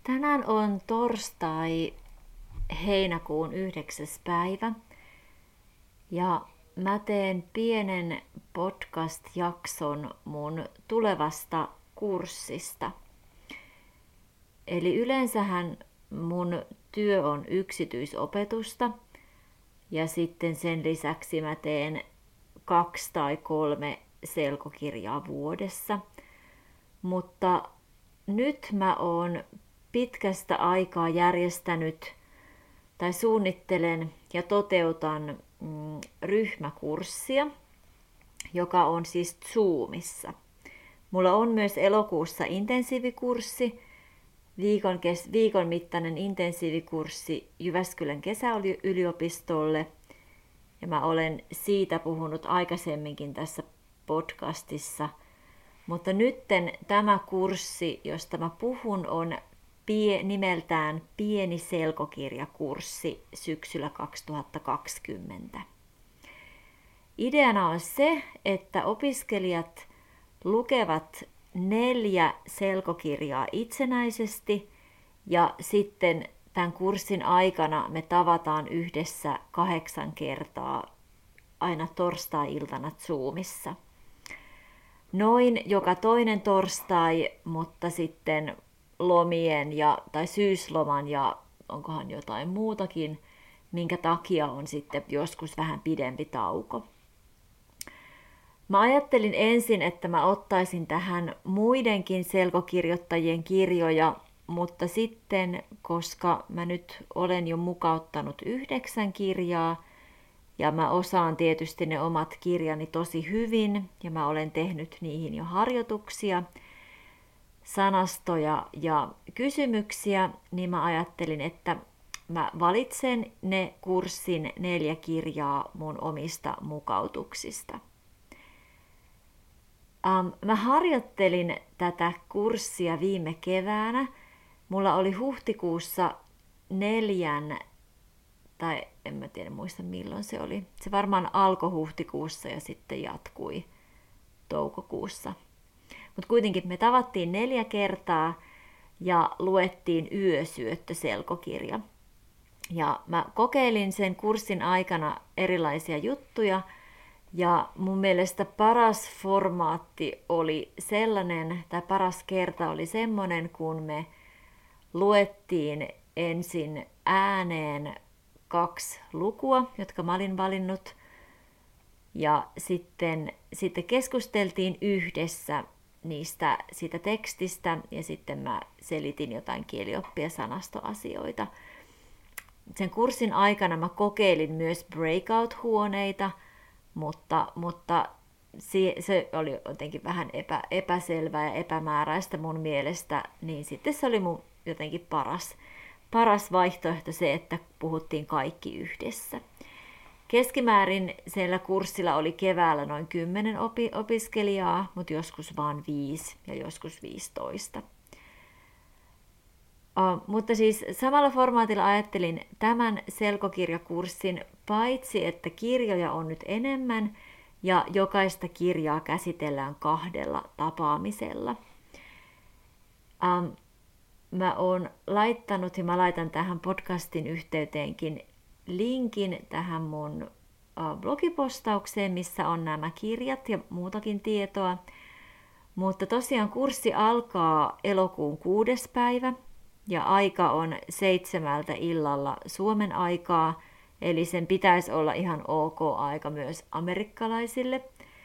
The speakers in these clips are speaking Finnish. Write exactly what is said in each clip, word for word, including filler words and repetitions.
Tänään on torstai heinäkuun yhdeksäs päivä ja mä teen pienen podcast-jakson mun tulevasta kurssista. Eli yleensähän mun työ on yksityisopetusta ja sitten sen lisäksi mä teen kaksi tai kolme selkokirjaa vuodessa. Mutta nyt mä oon pitkästä aikaa järjestänyt tai suunnittelen ja toteutan mm, ryhmäkurssia, joka on siis Zoomissa. Mulla on myös elokuussa intensiivikurssi, viikon, kes, viikon mittainen intensiivikurssi Jyväskylän kesäyliopistolle. Ja mä olen siitä puhunut aikaisemminkin tässä podcastissa. Mutta nytten tämä kurssi, josta mä puhun, on pie, nimeltään Pieni selkokirjakurssi syksyllä kaksituhattakaksikymmentä. Ideana on se, että opiskelijat lukevat neljä selkokirjaa itsenäisesti ja sitten tämän kurssin aikana me tavataan yhdessä kahdeksan kertaa aina torstai-iltana Zoomissa. Noin joka toinen torstai, mutta sitten lomien ja, tai syysloman ja onkohan jotain muutakin, minkä takia on sitten joskus vähän pidempi tauko. Mä ajattelin ensin, että mä ottaisin tähän muidenkin selkokirjoittajien kirjoja, mutta sitten, koska mä nyt olen jo mukauttanut yhdeksän kirjaa, ja mä osaan tietysti ne omat kirjani tosi hyvin, ja mä olen tehnyt niihin jo harjoituksia, sanastoja ja kysymyksiä, niin mä ajattelin, että mä valitsen ne kurssin neljä kirjaa mun omista mukautuksista. Ähm, mä harjoittelin tätä kurssia viime keväänä. Mulla oli huhtikuussa neljän, tai en mä tiedä muista milloin se oli. Se varmaan alkoi huhtikuussa ja sitten jatkui toukokuussa. Mutta kuitenkin me tavattiin neljä kertaa ja luettiin yösyöttöselkokirja. Ja mä kokeilin sen kurssin aikana erilaisia juttuja. Ja mun mielestä paras formaatti oli sellainen, tai paras kerta oli semmoinen, kun me luettiin ensin ääneen kaksi lukua, jotka mä olin valinnut, ja sitten, sitten keskusteltiin yhdessä niistä, siitä tekstistä, ja sitten mä selitin jotain kielioppia ja sanastoasioita. Sen kurssin aikana mä kokeilin myös breakout-huoneita, mutta, mutta se oli jotenkin vähän epä, epäselvää ja epämääräistä mun mielestä, niin sitten se oli mun jotenkin paras, paras vaihtoehto se, että puhuttiin kaikki yhdessä. Keskimäärin siellä kurssilla oli keväällä noin kymmenen opi, opiskelijaa, mutta joskus vain viisi ja joskus viisitoista. Uh, mutta siis samalla formaatilla ajattelin tämän selkokirjakurssin, paitsi että kirjoja on nyt enemmän ja jokaista kirjaa käsitellään kahdella tapaamisella. Um, mä oon laittanut ja mä laitan tähän podcastin yhteyteenkin linkin tähän mun uh, blogipostaukseen, missä on nämä kirjat ja muutakin tietoa. Mutta tosiaan kurssi alkaa elokuun kuudes päivä. Ja aika on seitsemältä illalla Suomen aikaa, eli sen pitäisi olla ihan ok aika myös amerikkalaisille.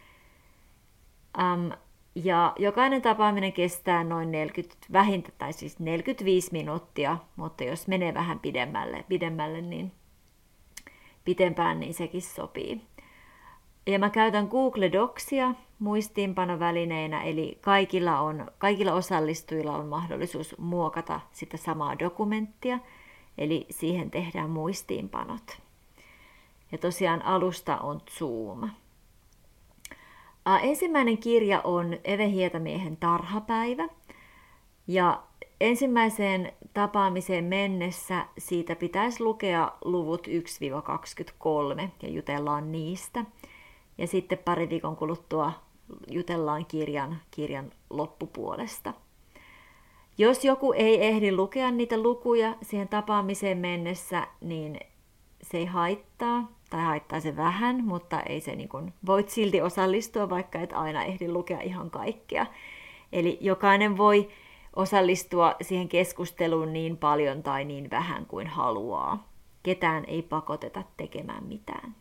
Um, ja jokainen tapaaminen kestää noin neljäkymmentä, vähintä, tai siis neljäkymmentäviisi minuuttia, mutta jos menee vähän pidemmälle, pidemmälle niin pitempään, niin sekin sopii. Ja mä käytän Google Docsia muistiinpanovälineenä, eli kaikilla, on, kaikilla osallistujilla on mahdollisuus muokata sitä samaa dokumenttia, eli siihen tehdään muistiinpanot. Ja tosiaan alusta on Zoom. Ä, ensimmäinen kirja on Eve Hietamiehen Tarhapäivä, ja ensimmäiseen tapaamiseen mennessä siitä pitäisi lukea luvut yksi kaksikymmentäkolme ja jutellaan niistä. Ja sitten pari viikon kuluttua jutellaan kirjan, kirjan loppupuolesta. Jos joku ei ehdi lukea niitä lukuja siihen tapaamiseen mennessä, niin se ei haittaa, tai haittaa se vähän, mutta ei se niin kuin, voit silti osallistua, vaikka et aina ehdi lukea ihan kaikkea. Eli jokainen voi osallistua siihen keskusteluun niin paljon tai niin vähän kuin haluaa. Ketään ei pakoteta tekemään mitään.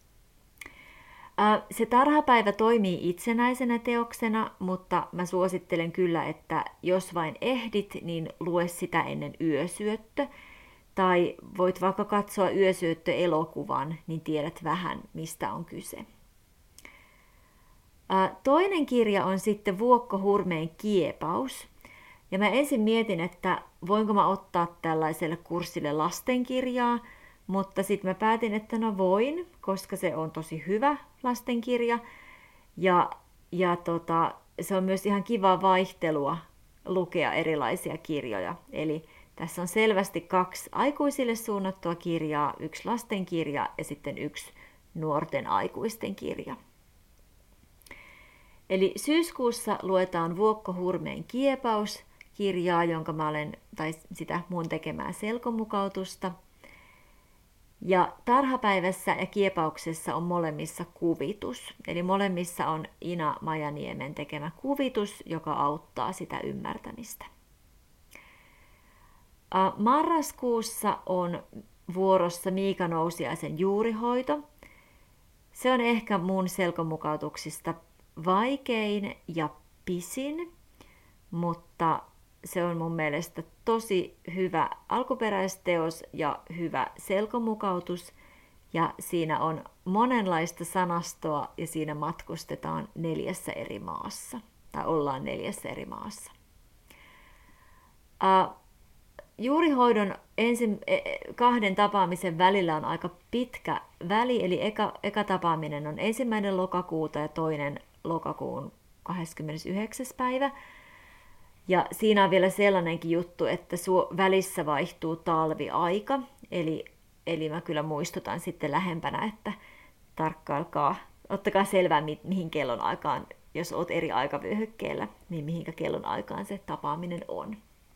Se tarhapäivä toimii itsenäisenä teoksena, mutta mä suosittelen kyllä, että jos vain ehdit, niin lue sitä ennen yösyöttö. Tai voit vaikka katsoa yösyöttö-elokuvan, niin tiedät vähän, mistä on kyse. Toinen kirja on sitten Vuokko Hurmeen Kiepaus. Ja mä ensin mietin, että voinko mä ottaa tällaiselle kurssille lastenkirjaa, mutta sitten mä päätin, että no voin, koska se on tosi hyvä lastenkirja. Ja, ja tota, se on myös ihan kiva vaihtelua lukea erilaisia kirjoja. Eli tässä on selvästi kaksi aikuisille suunnattua kirjaa, yksi lastenkirja ja sitten yksi nuorten aikuisten kirja. Eli syyskuussa luetaan Vuokko Hurmeen Kiepaus kirjaa, jonka mä olen, tai sitä mun tekemää selkomukautusta. Ja tarhapäivässä ja kiepauksessa on molemmissa kuvitus. Eli molemmissa on Ina Majaniemen tekemä kuvitus, joka auttaa sitä ymmärtämistä. Marraskuussa on vuorossa Miika Nousiaisen Juurihoito. Se on ehkä mun selkomukautuksista vaikein ja pisin, mutta se on mun mielestä tosi hyvä alkuperäisteos ja hyvä selkomukautus. Ja siinä on monenlaista sanastoa ja siinä matkustetaan neljässä eri maassa. Tai ollaan neljässä eri maassa. Uh, Juurihoidon ensin, kahden tapaamisen välillä on aika pitkä väli, eli eka, eka tapaaminen on ensimmäinen lokakuuta ja toinen lokakuun kahdeskymmenesyhdeksäs päivä. Ja siinä on vielä sellainenkin juttu, että su- välissä vaihtuu talviaika, eli, eli mä kyllä muistutan sitten lähempänä, että tarkkailkaa, ottakaa selvää mi- mihin kellon aikaan, jos oot eri aikavyöhykkeellä, niin mihinkä kellon aikaan se tapaaminen on.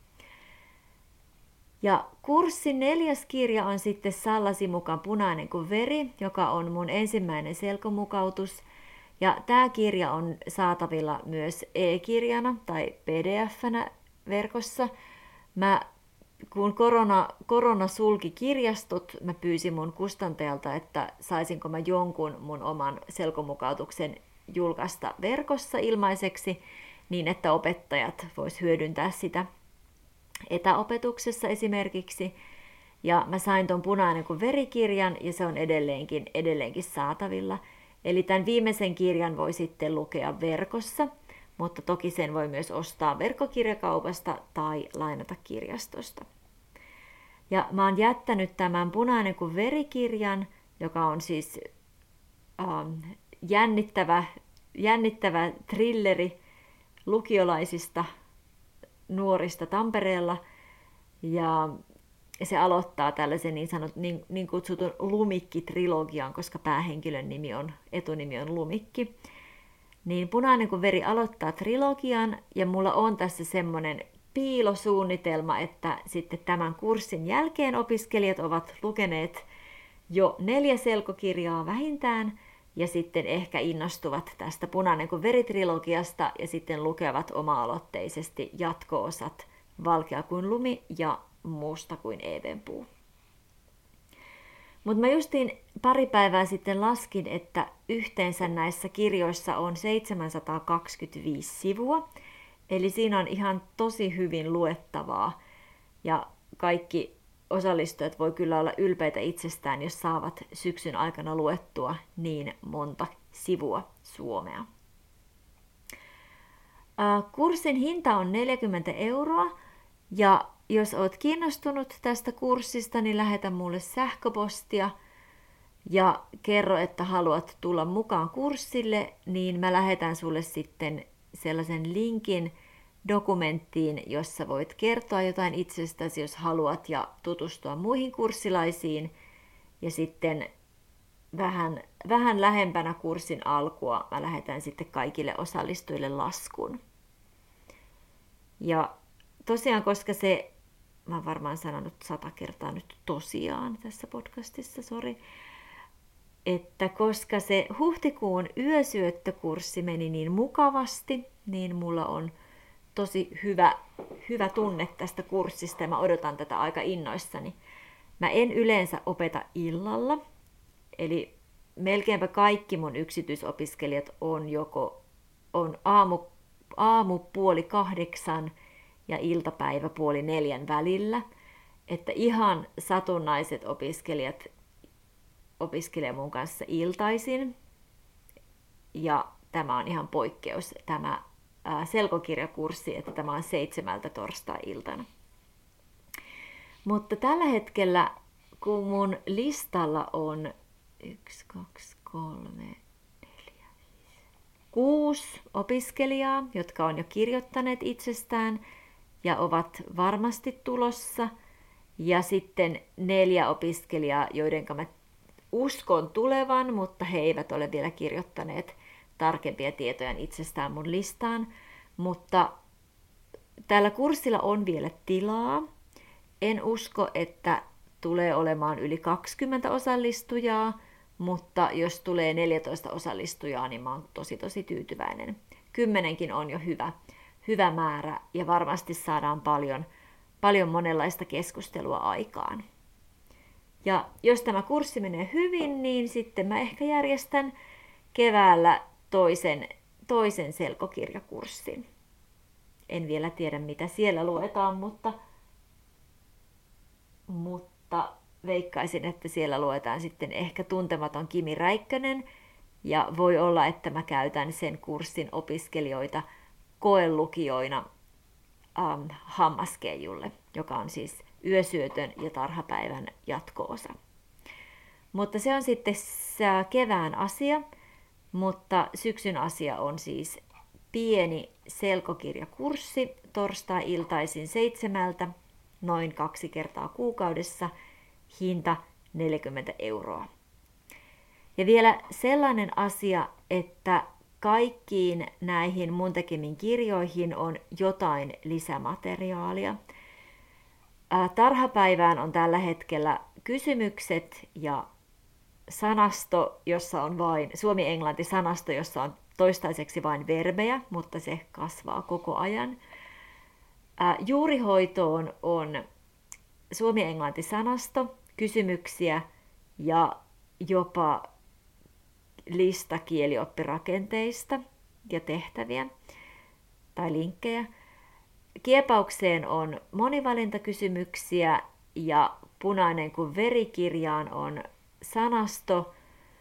Ja kurssin neljäs kirja on sitten Sallasi mukaan Punainen kuin veri, joka on mun ensimmäinen selkomukautus. Ja tämä kirja on saatavilla myös e-kirjana tai P D F-nä verkossa. Mä, kun korona, korona sulki kirjastot, mä pyysin mun kustantajalta, että saisinko mä jonkun mun oman selkomukautuksen julkaista verkossa ilmaiseksi, niin että opettajat vois hyödyntää sitä etäopetuksessa esimerkiksi. Ja mä sain ton Punainen kuin verikirjan ja se on edelleenkin, edelleenkin saatavilla. Eli tämän viimeisen kirjan voi sitten lukea verkossa, mutta toki sen voi myös ostaa verkkokirjakaupasta tai lainata kirjastosta. Ja mä oon jättänyt tämän Punainen kuin verikirjan, joka on siis ähm, jännittävä, jännittävä thrilleri lukiolaisista nuorista Tampereella. Ja se aloittaa tällaisen niin, sanot, niin, niin kutsutun Lumikki-trilogian, koska päähenkilön nimi on, etunimi on Lumikki. Niin Punainen kuin veri aloittaa trilogian ja mulla on tässä semmoinen piilosuunnitelma, että sitten tämän kurssin jälkeen opiskelijat ovat lukeneet jo neljä selkokirjaa vähintään ja sitten ehkä innostuvat tästä Punainen kuin veri-trilogiasta ja sitten lukevat oma-aloitteisesti jatko-osat Valkea kuin lumi ja Musta kuin evenpuu. Mutta mä justiin pari päivää sitten laskin, että yhteensä näissä kirjoissa on seitsemänsataakaksikymmentäviisi sivua, eli siinä on ihan tosi hyvin luettavaa, ja kaikki osallistujat voi kyllä olla ylpeitä itsestään, jos saavat syksyn aikana luettua niin monta sivua suomea. Kurssin hinta on neljäkymmentä euroa, ja jos olet kiinnostunut tästä kurssista, niin lähetä mulle sähköpostia ja kerro, että haluat tulla mukaan kurssille, niin mä lähetän sulle sitten sellaisen linkin dokumenttiin, jossa voit kertoa jotain itsestäsi, jos haluat, ja tutustua muihin kurssilaisiin. Ja sitten vähän, vähän lähempänä kurssin alkua mä lähetän sitten kaikille osallistujille laskun. Ja tosiaan, koska se, mä oon varmaan sanonut sata kertaa nyt tosiaan tässä podcastissa, sori, että koska se huhtikuun yösyöttökurssi meni niin mukavasti, niin mulla on tosi hyvä, hyvä tunne tästä kurssista ja mä odotan tätä aika innoissani. Mä en yleensä opeta illalla, eli melkeinpä kaikki mun yksityisopiskelijat on joko on aamu, aamu puoli kahdeksan ja iltapäivä puoli neljän välillä, että ihan satunnaiset opiskelijat opiskelee mun kanssa iltaisin, ja tämä on ihan poikkeus, tämä ää, selkokirjakurssi, että tämä on seitsemältä torstai-iltana. Mutta tällä hetkellä, kun mun listalla on yksi, kaksi, kolme, neljä, viisi, kuusi opiskelijaa, jotka on jo kirjoittaneet itsestään ja ovat varmasti tulossa, ja sitten neljä opiskelijaa, joiden mä uskon tulevan, mutta he eivät ole vielä kirjoittaneet tarkempia tietoja itsestään mun listaan. Mutta tällä kurssilla on vielä tilaa. En usko, että tulee olemaan yli kaksikymmentä osallistujaa, mutta jos tulee neljätoista osallistujaa, niin mä oon tosi tosi tyytyväinen. Kymmenenkin on jo hyvä, hyvä määrä ja varmasti saadaan paljon, paljon monenlaista keskustelua aikaan. Ja jos tämä kurssi menee hyvin, niin sitten mä ehkä järjestän keväällä toisen, toisen selkokirjakurssin. En vielä tiedä, mitä siellä luetaan, mutta, mutta veikkaisin, että siellä luetaan sitten ehkä Tuntematon Kimi Räikkönen. Ja voi olla, että mä käytän sen kurssin opiskelijoita koelukijoina ähm, Hammaskeijulle, joka on siis yösyötön ja tarhapäivän jatko-osa. Mutta se on sitten kevään asia, mutta syksyn asia on siis pieni selkokirjakurssi torstai-iltaisin seitsemältä, noin kaksi kertaa kuukaudessa, hinta neljäkymmentä euroa. Ja vielä sellainen asia, että kaikkiin näihin mun tekemiin kirjoihin on jotain lisämateriaalia. Tarhapäivään on tällä hetkellä kysymykset ja sanasto, jossa on vain suomi-englanti-sanasto, jossa on toistaiseksi vain verbejä, mutta se kasvaa koko ajan. Juurihoitoon on suomi-englanti-sanasto, kysymyksiä ja jopa lista kielioppirakenteista ja tehtäviä tai linkkejä. Kiepaukseen on monivalintakysymyksiä ja punainen kuin verikirjaan on sanasto,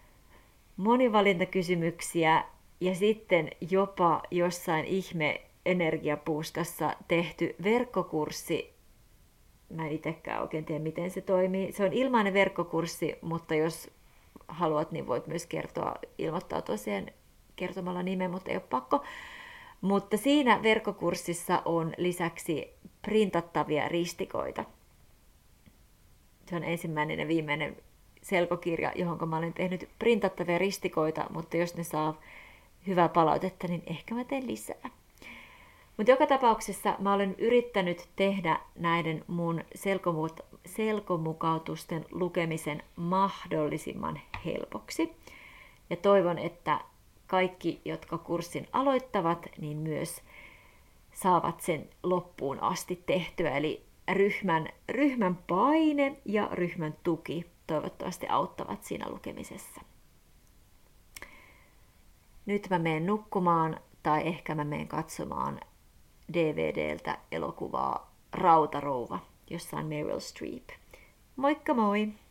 monivalintakysymyksiä ja sitten jopa jossain ihme energiapuuskassa tehty verkkokurssi. Mä en itsekään oikein tiedä, miten se toimii. Se on ilmainen verkkokurssi, mutta jos haluat, niin voit myös kertoa, ilmoittaa tosiaan kertomalla nimen, mutta ei ole pakko. Mutta siinä verkkokurssissa on lisäksi printattavia ristikoita. Se on ensimmäinen ja viimeinen selkokirja, johon mä olen tehnyt printattavia ristikoita, mutta jos ne saa hyvää palautetta, niin ehkä mä teen lisää. Mutta joka tapauksessa mä olen yrittänyt tehdä näiden mun selkomu- selkomukautusten lukemisen mahdollisimman helpoksi. Ja toivon, että kaikki, jotka kurssin aloittavat, niin myös saavat sen loppuun asti tehtyä. Eli ryhmän, ryhmän paine ja ryhmän tuki toivottavasti auttavat siinä lukemisessa. Nyt mä menen nukkumaan tai ehkä mä menen katsomaan D V D:ltä elokuvaa Rautarouva, jossa on Meryl Streep. Moikka moi!